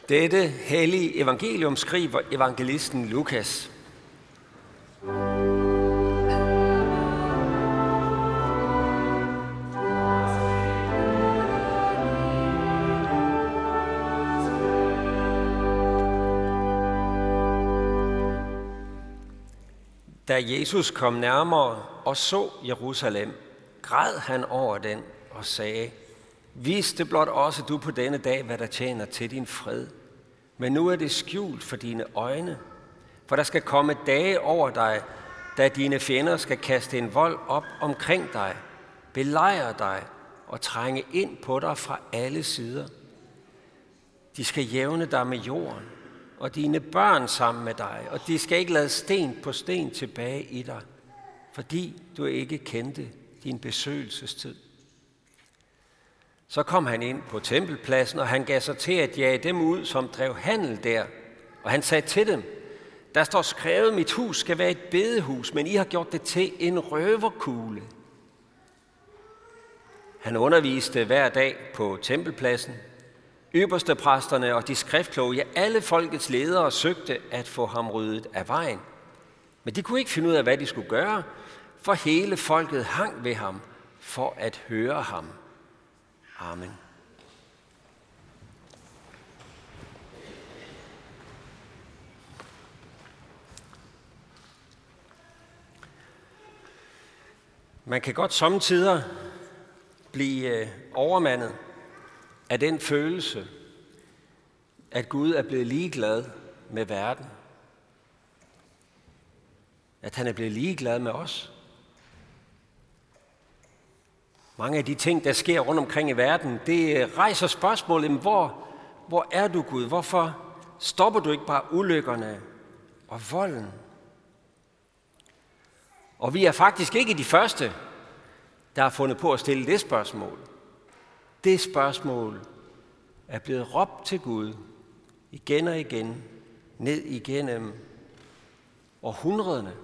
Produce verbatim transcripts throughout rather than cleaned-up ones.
Dette hellige evangelium skriver evangelisten Lukas. Da Jesus kom nærmere og så Jerusalem, græd han over den og sagde: Vidste blot også du på denne dag, hvad der tjener til din fred. Men nu er det skjult for dine øjne, for der skal komme dage over dig, da dine fjender skal kaste en vold op omkring dig, belejre dig og trænge ind på dig fra alle sider. De skal jævne dig med jorden, og dine børn sammen med dig, og de skal ikke lade sten på sten tilbage i dig, fordi du ikke kendte din besøgelsestid. Så kom han ind på tempelpladsen, og han gav sig til at jage dem ud, som drev handel der. Og han sagde til dem: Der står skrevet, mit hus skal være et bedehus, men I har gjort det til en røverkugle. Han underviste hver dag på tempelpladsen. Ypperstepræsterne og de skriftkloge, ja, alle folkets ledere søgte at få ham ryddet af vejen. Men de kunne ikke finde ud af, hvad de skulle gøre, for hele folket hang ved ham for at høre ham. Amen. Man kan godt sommetider blive overmandet af den følelse, at Gud er blevet ligeglad med verden. At han er blevet ligeglad med os. Mange af de ting, der sker rundt omkring i verden, det rejser spørgsmålet: hvor, hvor er du, Gud? Hvorfor stopper du ikke bare ulykkerne og volden? Og vi er faktisk ikke de første, der har fundet på at stille det spørgsmål. Det spørgsmål er blevet råbt til Gud igen og igen, ned igennem århundrederne.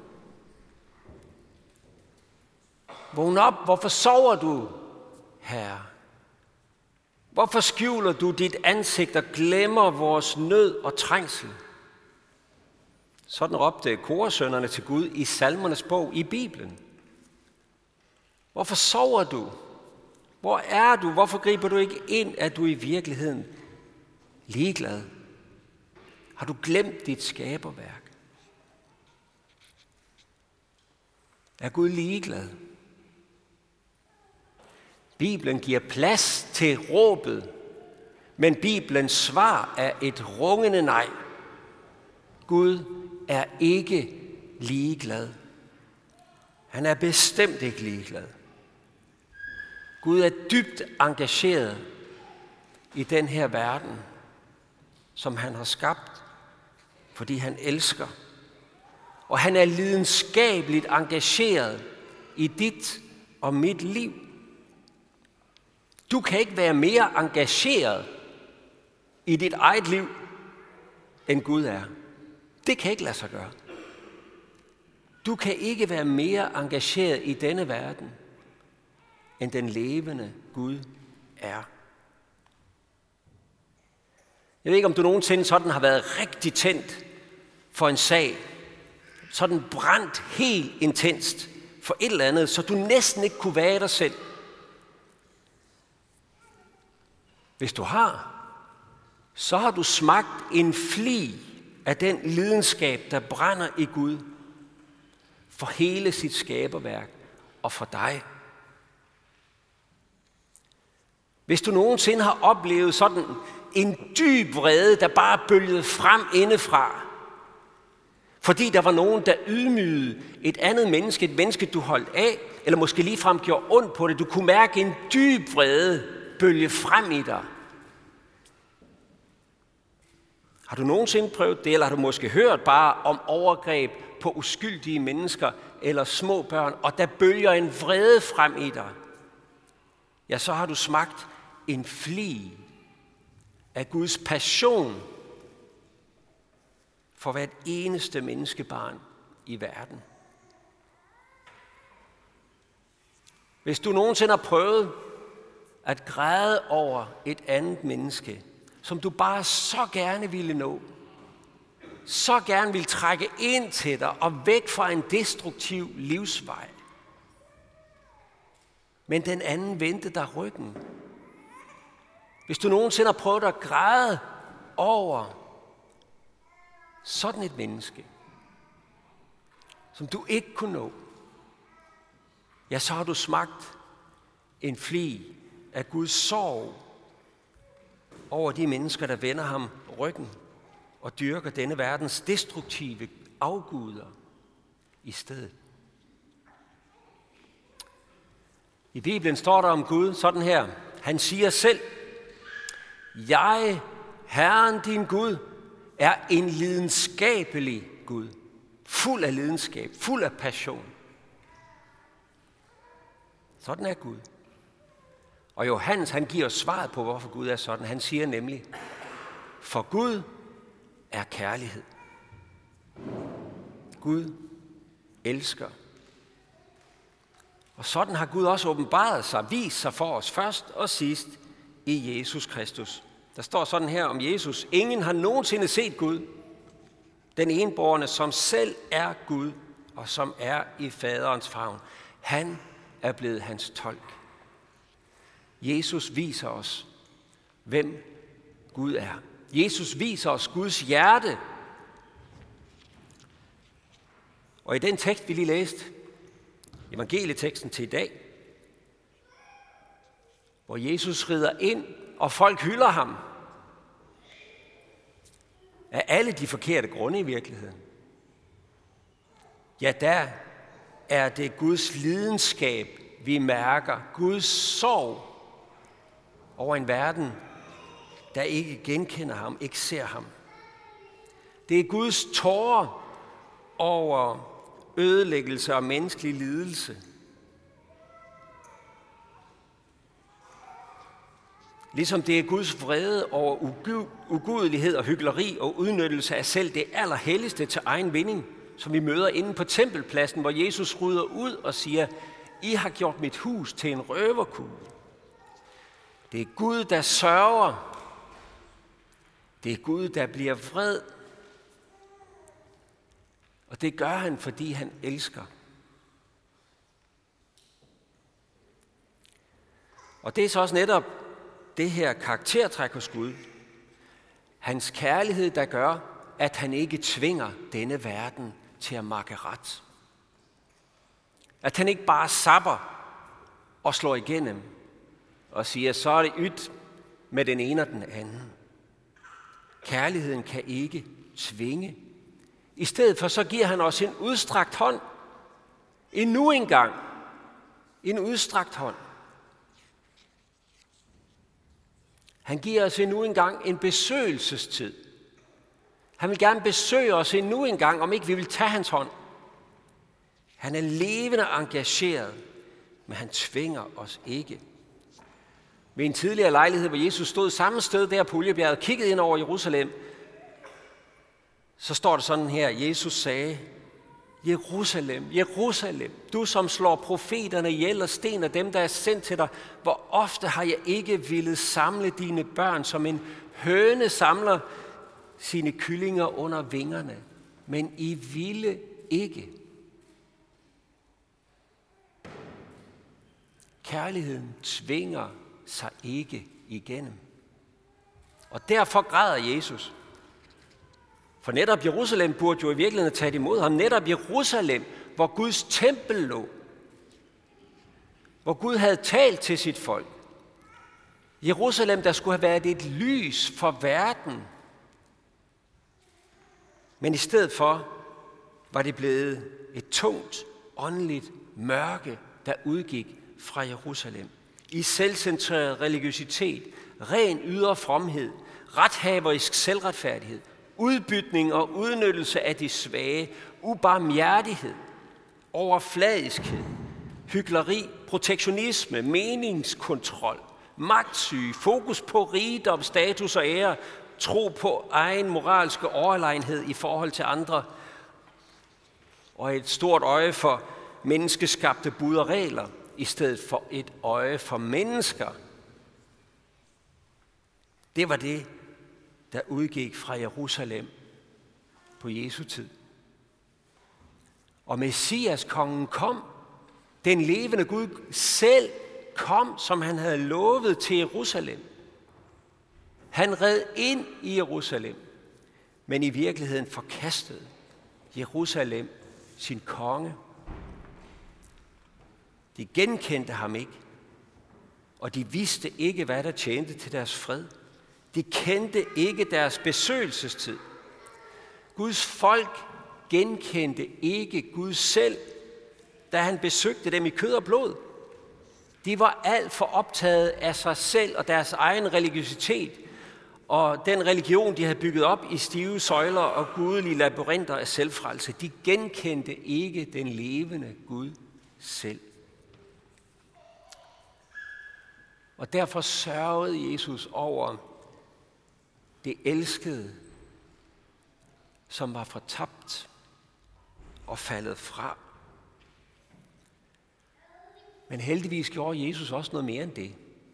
Vågn op, hvorfor sover du, Herre? Hvorfor skjuler du dit ansigt og glemmer vores nød og trængsel? Sådan råbte korsønnerne til Gud i Salmernes bog i Bibelen. Hvorfor sover du? Hvor er du? Hvorfor griber du ikke ind? Er du i virkeligheden ligeglad? Har du glemt dit skaberværk? Er Gud ligeglad? Bibelen giver plads til råbet, men Bibelens svar er et rungende nej. Gud er ikke ligeglad. Han er bestemt ikke ligeglad. Gud er dybt engageret i den her verden, som han har skabt, fordi han elsker. Og han er lidenskabeligt engageret i dit og mit liv. Du kan ikke være mere engageret i dit eget liv, end Gud er. Det kan ikke lade sig gøre. Du kan ikke være mere engageret i denne verden, end den levende Gud er. Jeg ved ikke, om du nogensinde sådan har været rigtig tændt for en sag, sådan brændt helt intenst for et eller andet, så du næsten ikke kunne være dig selv. Hvis du har, så har du smagt en flig af den lidenskab, der brænder i Gud for hele sit skaberværk og for dig. Hvis du nogensinde har oplevet sådan en dyb vrede, der bare bølgede frem indefra, fordi der var nogen, der ydmygede et andet menneske, et menneske, du holdt af, eller måske ligefrem gjorde ondt på det. Du kunne mærke en dyb vrede bølge frem i dig. Har du nogensinde prøvet det, eller har du måske hørt bare om overgreb på uskyldige mennesker eller små børn, og der bølger en vrede frem i dig? Ja, så har du smagt en flig af Guds passion for hvert eneste menneskebarn i verden. Hvis du nogensinde har prøvet at græde over et andet menneske, som du bare så gerne ville nå. Så gerne ville trække ind til dig og væk fra en destruktiv livsvej. Men den anden vendte dig ryggen. Hvis du nogensinde har prøvet at græde over sådan et menneske, som du ikke kunne nå, ja, så har du smagt en flig af Guds sorg over de mennesker, der vender ham ryggen og dyrker denne verdens destruktive afguder i stedet. I Bibelen står der om Gud sådan her. Han siger selv, jeg, Herren din Gud, er en lidenskabelig Gud. Fuld af lidenskab, fuld af passion. Sådan er Gud. Og Johannes, han giver svaret på, hvorfor Gud er sådan. Han siger nemlig, for Gud er kærlighed. Gud elsker. Og sådan har Gud også åbenbaret sig, vist sig for os først og sidst i Jesus Kristus. Der står sådan her om Jesus. Ingen har nogensinde set Gud. Den enbårne, som selv er Gud og som er i faderens favn. Han er blevet hans tolk. Jesus viser os, hvem Gud er. Jesus viser os Guds hjerte. Og i den tekst, vi lige læste, evangelieteksten til i dag, hvor Jesus rider ind, og folk hylder ham, af alle de forkerte grunde i virkeligheden. Ja, der er det Guds lidenskab, vi mærker. Guds sorg over en verden, der ikke genkender ham, ikke ser ham. Det er Guds tårer over ødelæggelse og menneskelig lidelse. Ligesom det er Guds vrede over ugudelighed og hykleri og udnyttelse af selv det allerhelligste til egen vinding, som vi møder inde på tempelpladsen, hvor Jesus rydder ud og siger, I har gjort mit hus til en røverkugle. Det er Gud, der sørger. Det er Gud, der bliver vred. Og det gør han, fordi han elsker. Og det er så også netop det her karaktertræk hos Gud. Hans kærlighed, der gør, at han ikke tvinger denne verden til at makke ret. At han ikke bare sapper og slår igennem og siger, så er det ydt med den ene og den anden. Kærligheden kan ikke tvinge. I stedet for så giver han os en udstrakt hånd. Endnu en gang. En udstrakt hånd. Han giver os endnu en gang en besøgelsestid. Han vil gerne besøge os endnu en gang, om ikke vi vil tage hans hånd. Han er levende engageret, men han tvinger os ikke. Ved en tidligere lejlighed, hvor Jesus stod samme sted der på Oliebjerget og kiggede ind over Jerusalem, så står det sådan her, Jesus sagde, Jerusalem, Jerusalem, du som slår profeterne ihjel og stener dem, der er sendt til dig, hvor ofte har jeg ikke villet samle dine børn, som en høne samler sine kyllinger under vingerne, men I ville ikke. Kærligheden tvinger sig ikke igennem. Og derfor græder Jesus. For netop Jerusalem burde jo i virkeligheden tage imod ham. Netop Jerusalem, hvor Guds tempel lå. Hvor Gud havde talt til sit folk. Jerusalem, der skulle have været et lys for verden. Men i stedet for var det blevet et tungt, åndeligt mørke, der udgik fra Jerusalem. I selvcentreret religiøsitet, ren ydre fromhed, rethaverisk selvretfærdighed, udbytning og udnyttelse af de svage, ubarmhjertighed, overfladiskhed, hykleri, protektionisme, meningskontrol, magtsyge, fokus på rigdom, status og ære, tro på egen moralske overlegenhed i forhold til andre, og et stort øje for menneskeskabte bud og regler, i stedet for et øje for mennesker. Det var det, der udgik fra Jerusalem på Jesu tid. Og Messias-kongen kom. Den levende Gud selv kom, som han havde lovet til Jerusalem. Han red ind i Jerusalem, men i virkeligheden forkastede Jerusalem sin konge. De genkendte ham ikke, og de vidste ikke, hvad der tjente til deres fred. De kendte ikke deres besøgelsestid. Guds folk genkendte ikke Gud selv, da han besøgte dem i kød og blod. De var alt for optaget af sig selv og deres egen religiøsitet, og den religion, de havde bygget op i stive søjler og gudelige labyrinter af selvfrelse. De genkendte ikke den levende Gud selv. Og derfor sørgede Jesus over det elskede, som var fortabt og faldet fra. Men heldigvis gjorde Jesus også noget mere end det.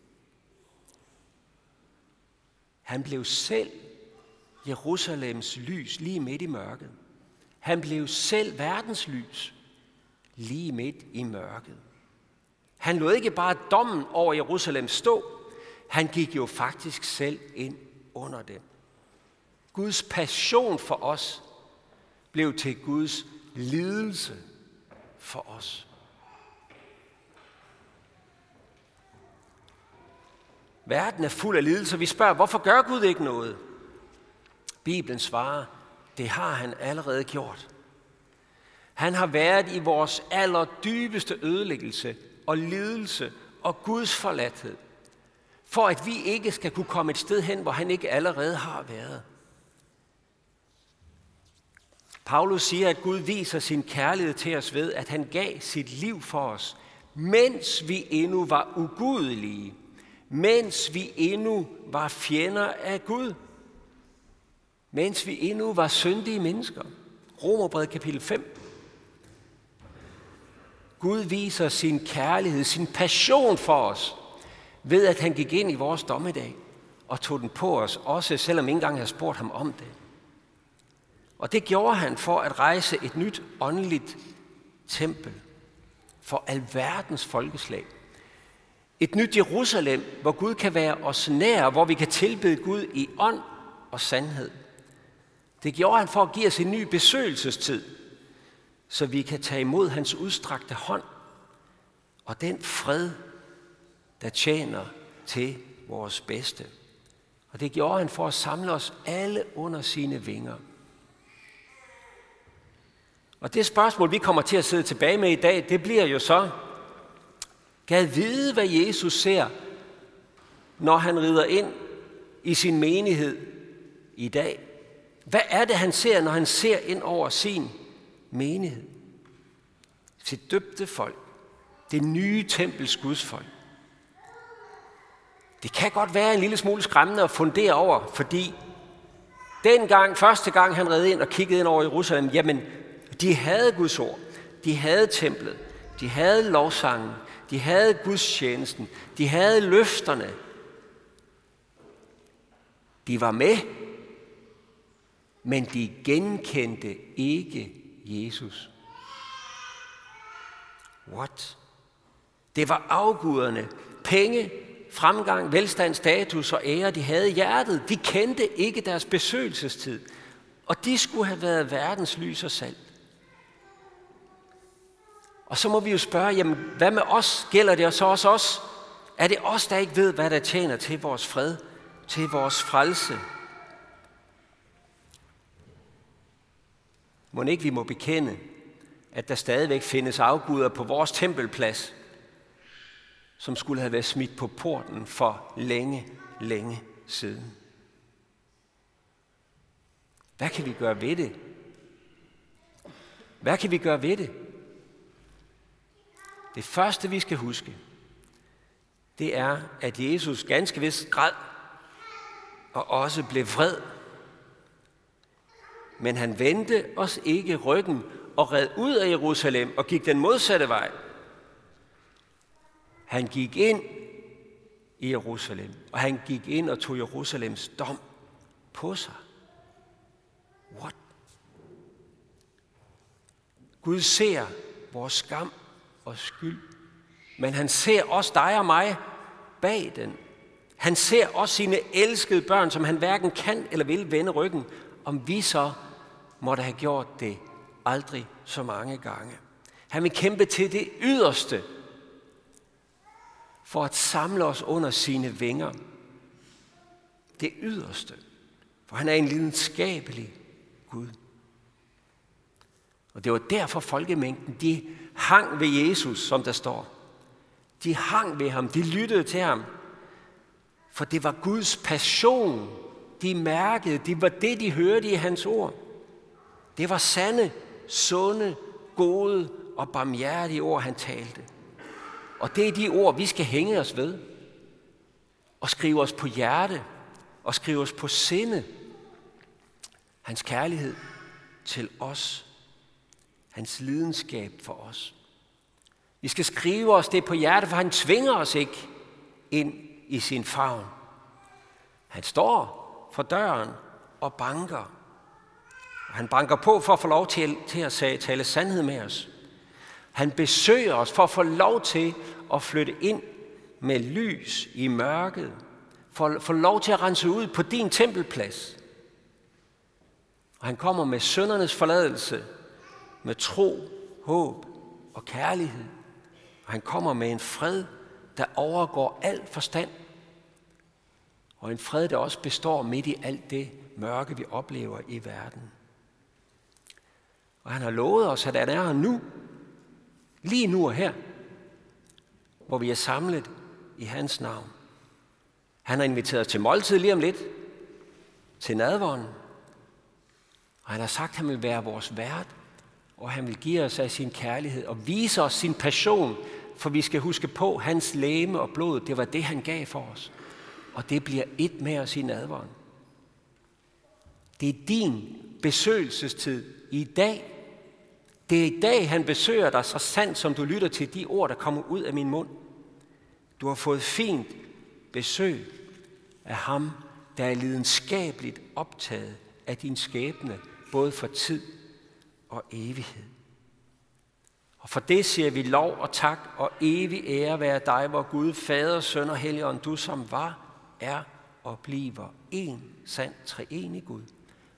Han blev selv Jerusalems lys lige midt i mørket. Han blev selv verdens lys lige midt i mørket. Han lod ikke bare dommen over Jerusalem stå. Han gik jo faktisk selv ind under den. Guds passion for os blev til Guds lidelse for os. Verden er fuld af lidelser. Vi spørger, hvorfor gør Gud ikke noget? Bibelen svarer, det har han allerede gjort. Han har været i vores allerdybeste ødelæggelse og lidelse og Guds forladthed, for at vi ikke skal kunne komme et sted hen, hvor han ikke allerede har været. Paulus siger, at Gud viser sin kærlighed til os ved, at han gav sit liv for os, mens vi endnu var ugudelige, mens vi endnu var fjender af Gud, mens vi endnu var syndige mennesker. Romerbrevet kapitel fem. Gud viser sin kærlighed, sin passion for os, ved at han gik ind i vores dommedag og tog den på os, også selvom ingen engang havde spurgt ham om det. Og det gjorde han for at rejse et nyt åndeligt tempel for alverdens folkeslag. Et nyt Jerusalem, hvor Gud kan være os nær, hvor vi kan tilbede Gud i ånd og sandhed. Det gjorde han for at give os en ny besøgelsestid, så vi kan tage imod hans udstrakte hånd og den fred, der tjener til vores bedste. Og det gjorde han for at samle os alle under sine vinger. Og det spørgsmål, vi kommer til at sidde tilbage med i dag, det bliver jo så, gad vide, hvad Jesus ser, når han rider ind i sin menighed i dag. Hvad er det, han ser, når han ser ind over sin menighed? Sit døbte folk. Det nye tempels Guds folk. Det kan godt være en lille smule skræmmende at fundere over, fordi dengang, første gang han red ind og kiggede ind over Jerusalem, jamen, de havde Guds ord, de havde templet, de havde lovsangen, de havde gudstjenesten, de havde løfterne. De var med, men de genkendte ikke Jesus. What? Det var afguderne, penge, fremgang, velstand, status og ære, de havde i hjertet. De kendte ikke deres besøgelsestid, og de skulle have været verdens lys og salt. Og så må vi jo spørge, jamen, hvad med os? Gælder det så også os? Er det os, der ikke ved, hvad der tjener til vores fred, til vores frelse? Må ikke vi må bekende, at der stadigvæk findes afguder på vores tempelplads, som skulle have været smidt på porten for længe, længe siden. Hvad kan vi gøre ved det? Hvad kan vi gøre ved det? Det første, vi skal huske, det er, at Jesus ganske vist græd og også blev vred. Men han vendte os ikke ryggen og red ud af Jerusalem og gik den modsatte vej. Han gik ind i Jerusalem, og han gik ind og tog Jerusalems dom på sig. What? Gud ser vores skam og skyld, men han ser også dig og mig bag den. Han ser også sine elskede børn, som han hverken kan eller vil vende ryggen, om vi så måtte have gjort det aldrig så mange gange. Han vil kæmpe til det yderste for at samle os under sine vinger. Det yderste. For han er en lidenskabelig Gud. Og det var derfor folkemængden, de hang ved Jesus, som der står. De hang ved ham, de lyttede til ham. For det var Guds passion, de mærkede, det var det, de hørte i hans ord. Det var sande, sunde, gode og barmhjertige ord, han talte. Og det er de ord, vi skal hænge os ved. Og skrive os på hjerte. Og skrive os på sinde. Hans kærlighed til os. Hans lidenskab for os. Vi skal skrive os det på hjerte, for han tvinger os ikke ind i sin favn. Han står for døren og banker. Og han banker på for at få lov til, til at tale sandhed med os. Han besøger os for at få lov til at flytte ind med lys i mørket. For at få lov til at rense ud på din tempelplads. Og han kommer med syndernes forladelse, med tro, håb og kærlighed. Og han kommer med en fred, der overgår al forstand. Og en fred, der også består midt i alt det mørke, vi oplever i verden. Og han har lovet os, at han er her nu. Lige nu og her. Hvor vi er samlet i hans navn. Han har inviteret os til måltid lige om lidt. Til nadveren. Og han har sagt, at han vil være vores vært. Og han vil give os af sin kærlighed og vise os sin passion. For vi skal huske på, hans legeme og blod, det var det, han gav for os. Og det bliver et med os i nadveren. Det er din besøgelsestid i dag. Det er i dag, han besøger dig så sandt, som du lytter til de ord, der kommer ud af min mund. Du har fået fint besøg af ham, der er lidenskabeligt optaget af din skæbne, både for tid og evighed. Og for det siger vi lov og tak og evig ære være dig, hvor Gud, Fader, Søn og Helligånd, du som var, er og bliver en sand treenig Gud.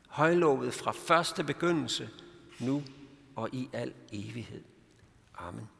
Højlovet fra første begyndelse, nu og i al evighed. Amen.